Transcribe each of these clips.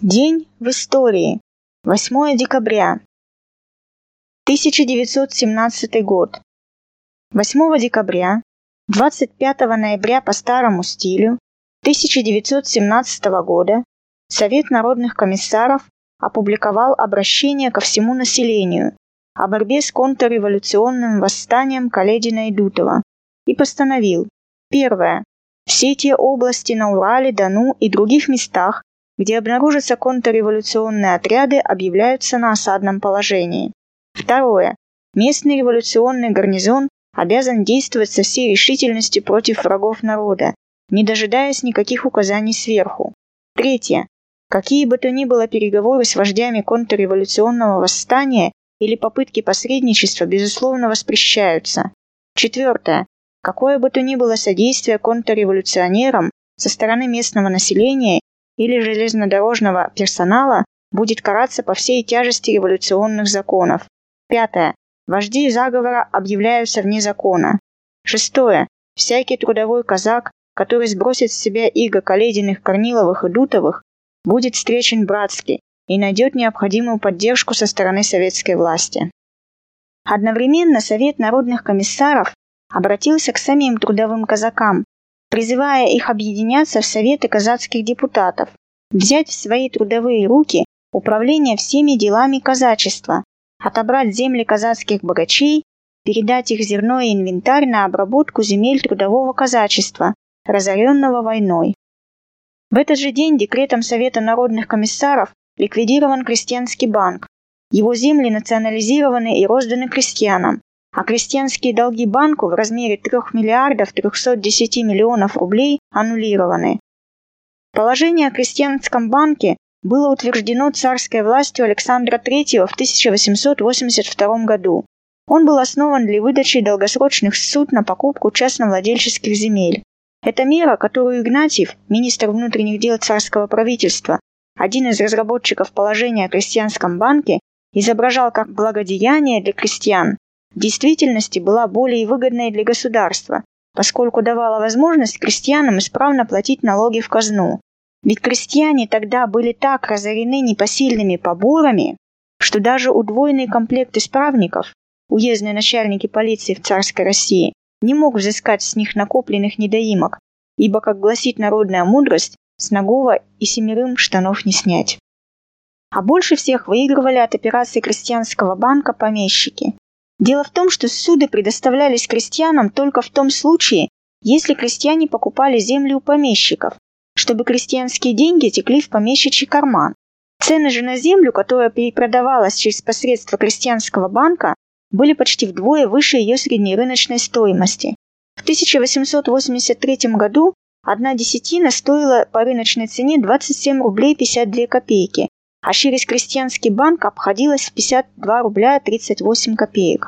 День в истории. 8 декабря. 1917 год. 8 декабря, 25 ноября по старому стилю 1917 года Совет народных комиссаров опубликовал обращение ко всему населению о борьбе с контрреволюционным восстанием Каледина и Дутова и постановил: первое. Все те области на Урале, Дону и других местах, где обнаружатся контрреволюционные отряды, объявляются на осадном положении. Второе. Местный революционный гарнизон обязан действовать со всей решительностью против врагов народа, не дожидаясь никаких указаний сверху. Третье. Какие бы то ни было переговоры с вождями контрреволюционного восстания или попытки посредничества, безусловно, воспрещаются. Четвертое. Какое бы то ни было содействие контрреволюционерам со стороны местного населения или железнодорожного персонала будет караться по всей тяжести революционных законов. Пятое. Вожди заговора объявляются вне закона. Шестое. Всякий трудовой казак, который сбросит с себя иго Калединых, Корниловых и Дутовых, будет встречен братски и найдет необходимую поддержку со стороны советской власти. Одновременно Совет народных комиссаров обратился к самим трудовым казакам, призывая их объединяться в советы казацких депутатов, взять в свои трудовые руки управление всеми делами казачества, отобрать земли казацких богачей, передать их зерно и инвентарь на обработку земель трудового казачества, разоренного войной. В этот же день декретом Совета народных комиссаров ликвидирован Крестьянский банк. Его земли национализированы и розданы крестьянам, а крестьянские долги банку в размере 3 миллиардов 310 миллионов рублей аннулированы. Положение о Крестьянском банке было утверждено царской властью Александра III в 1882 году. Он был основан для выдачи долгосрочных ссуд на покупку частновладельческих земель. Эта мера, которую Игнатьев, министр внутренних дел царского правительства, один из разработчиков положения о Крестьянском банке, изображал как благодеяние для крестьян, в действительности была более выгодной для государства, поскольку давала возможность крестьянам исправно платить налоги в казну. Ведь крестьяне тогда были так разорены непосильными поборами, что даже удвоенный комплект исправников, уездные начальники полиции в царской России, не мог взыскать с них накопленных недоимок, ибо, как гласит народная мудрость, с нагого и 7 штанов не снять. А больше всех выигрывали от операции Крестьянского банка помещики. Дело в том, что ссуды предоставлялись крестьянам только в том случае, если крестьяне покупали земли у помещиков, чтобы крестьянские деньги текли в помещичий карман. Цены же на землю, которая перепродавалась через посредство Крестьянского банка, были почти вдвое выше ее среднерыночной стоимости. В 1883 году 1 десятина стоила по рыночной цене 27 рублей 52 копейки, а через Крестьянский банк обходилась в 52 рубля 38 копеек.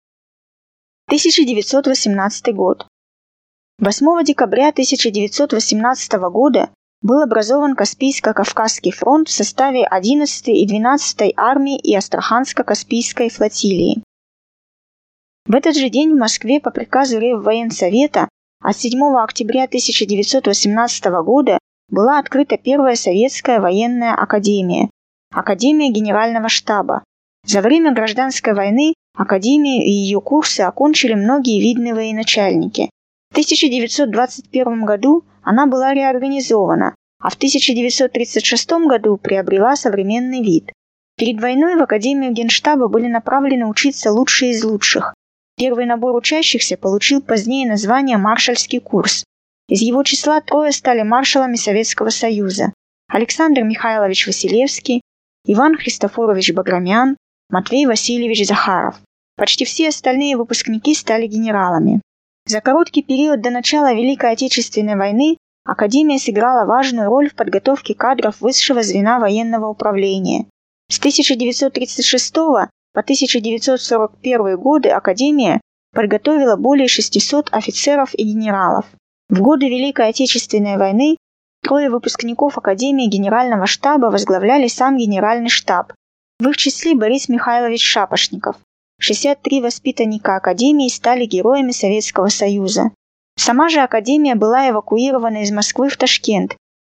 1918 год. 8 декабря 1918 года был образован Каспийско-Кавказский фронт в составе 11-й и 12-й армии и Астраханско-Каспийской флотилии. В этот же день в Москве по приказу Реввоенсовета от 7 октября 1918 года была открыта первая советская военная академия – Академия Генерального штаба. За время гражданской войны академию и ее курсы окончили многие видные военачальники. В 1921 году она была реорганизована, а в 1936 году приобрела современный вид. Перед войной в Академию Генштаба были направлены учиться лучшие из лучших. Первый набор учащихся получил позднее название «Маршальский курс». Из его числа 3 стали маршалами Советского Союза: Александр Михайлович Василевский, Иван Христофорович Баграмян, Матвей Васильевич Захаров. Почти все остальные выпускники стали генералами. За короткий период до начала Великой Отечественной войны Академия сыграла важную роль в подготовке кадров высшего звена военного управления. С 1936 по 1941 годы Академия подготовила более 600 офицеров и генералов. В годы Великой Отечественной войны 3 выпускников Академии Генерального штаба возглавляли сам Генеральный штаб, в их числе Борис Михайлович Шапошников. 63 воспитанника Академии стали героями Советского Союза. Сама же Академия была эвакуирована из Москвы в Ташкент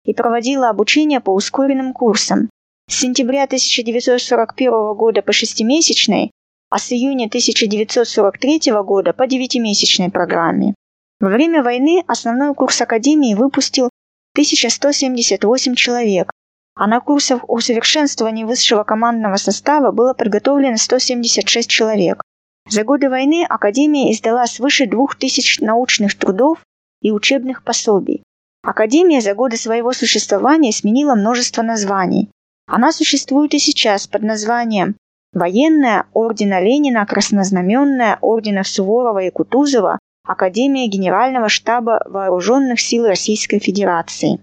и проводила обучение по ускоренным курсам с сентября 1941 года по шестимесячной, а с июня 1943 года по 9-месячной программе. Во время войны основной курс Академии выпустил 1178 человек, а на курсах усовершенствования высшего командного состава было подготовлено 176 человек. За годы войны Академия издала свыше 2000 научных трудов и учебных пособий. Академия за годы своего существования сменила множество названий. Она существует и сейчас под названием Военная Ордена Ленина, Краснознаменная Орденов Суворова и Кутузова, Академия Генерального штаба Вооруженных сил Российской Федерации.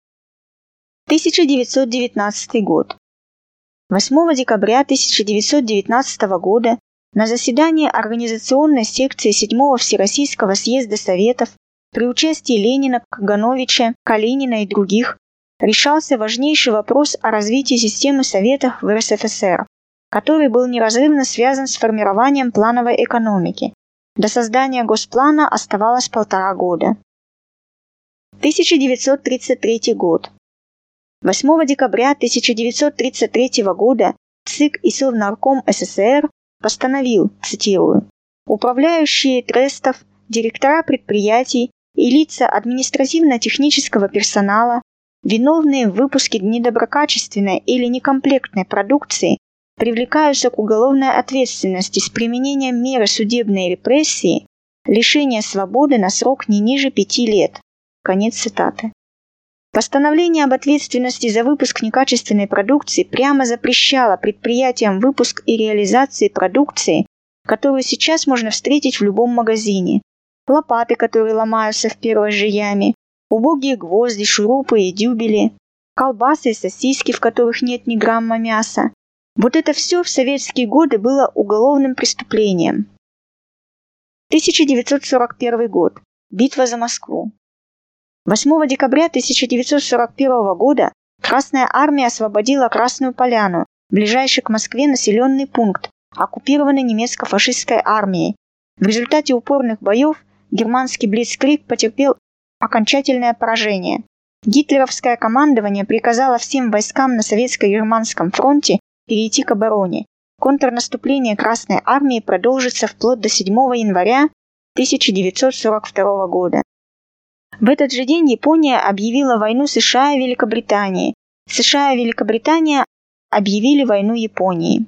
1919 год. 8 декабря 1919 года на заседании организационной секции 7-го Всероссийского съезда Советов при участии Ленина, Кагановича, Калинина и других решался важнейший вопрос о развитии системы Советов в РСФСР, который был неразрывно связан с формированием плановой экономики. До создания Госплана оставалось 1,5 года. 1933 год. 8 декабря 1933 года ЦИК и Совнарком СССР постановил, цитирую, «Управляющие трестов, директора предприятий и лица административно-технического персонала, виновные в выпуске недоброкачественной или некомплектной продукции, привлекаются к уголовной ответственности с применением меры судебной репрессии, лишения свободы на срок не ниже 5 лет». Конец цитаты. Постановление об ответственности за выпуск некачественной продукции прямо запрещало предприятиям выпуск и реализации продукции, которую сейчас можно встретить в любом магазине. Лопаты, которые ломаются в первой же яме, убогие гвозди, шурупы и дюбели, колбасы и сосиски, в которых нет ни грамма мяса. Вот это все в советские годы было уголовным преступлением. 1941 год. Битва за Москву. 8 декабря 1941 года Красная Армия освободила Красную Поляну, ближайший к Москве населенный пункт, оккупированный немецко-фашистской армией. В результате упорных боев германский блицкриг потерпел окончательное поражение. Гитлеровское командование приказало всем войскам на Советско-Германском фронте перейти к обороне. Контрнаступление Красной Армии продолжится вплоть до 7 января 1942 года. В этот же день Япония объявила войну США и Великобритании. США и Великобритания объявили войну Японии.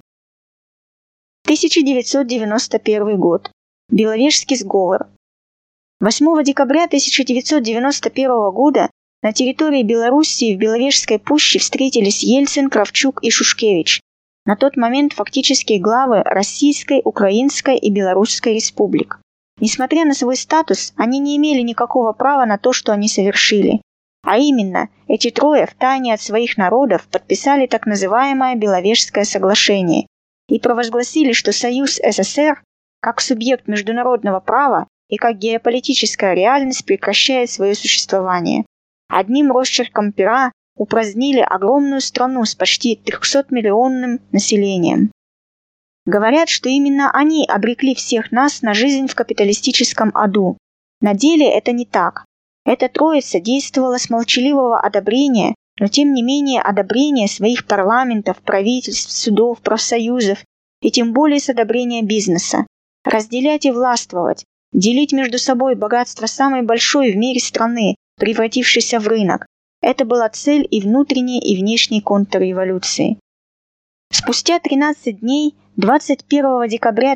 1991 год. Беловежский сговор. 8 декабря 1991 года на территории Белоруссии в Беловежской пуще встретились Ельцин, Кравчук и Шушкевич, на тот момент фактические главы Российской, Украинской и Белорусской республик. Несмотря на свой статус, они не имели никакого права на то, что они совершили. А именно, эти трое втайне от своих народов подписали так называемое Беловежское соглашение и провозгласили, что Союз СССР, как субъект международного права и как геополитическая реальность, прекращает свое существование. Одним росчерком пера упразднили огромную страну с почти 300-миллионным населением. Говорят, что именно они обрекли всех нас на жизнь в капиталистическом аду. На деле это не так. Эта троица действовала с молчаливого одобрения, но тем не менее одобрения своих парламентов, правительств, судов, профсоюзов и тем более с одобрения бизнеса. Разделять и властвовать, делить между собой богатство самой большой в мире страны, превратившейся в рынок. Это была цель и внутренней, и внешней контрреволюции. Спустя 13 дней, 21 декабря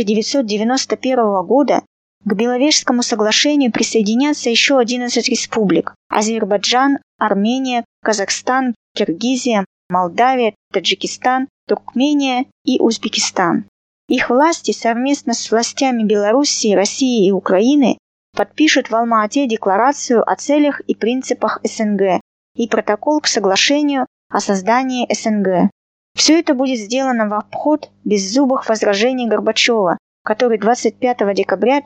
1991 года, к Беловежскому соглашению присоединятся еще 11 республик – Азербайджан, Армения, Казахстан, Киргизия, Молдавия, Таджикистан, Туркмения и Узбекистан. Их власти совместно с властями Белоруссии, России и Украины подпишут в Алма-Ате декларацию о целях и принципах СНГ и протокол к соглашению о создании СНГ. Все это будет сделано в обход беззубых возражений Горбачева, который 25 декабря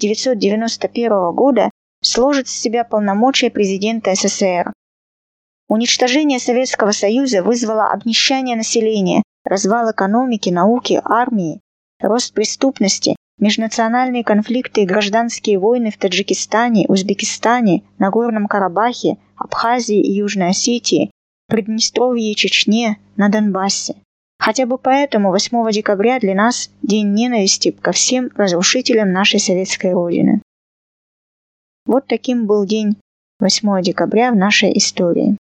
1991 года сложит с себя полномочия президента СССР. Уничтожение Советского Союза вызвало обнищание населения, развал экономики, науки, армии, рост преступности, межнациональные конфликты и гражданские войны в Таджикистане, Узбекистане, Нагорном Карабахе, Абхазии и Южной Осетии, Приднестровье и Чечне, на Донбассе. Хотя бы поэтому 8 декабря для нас день ненависти ко всем разрушителям нашей советской Родины. Вот таким был день 8 декабря в нашей истории.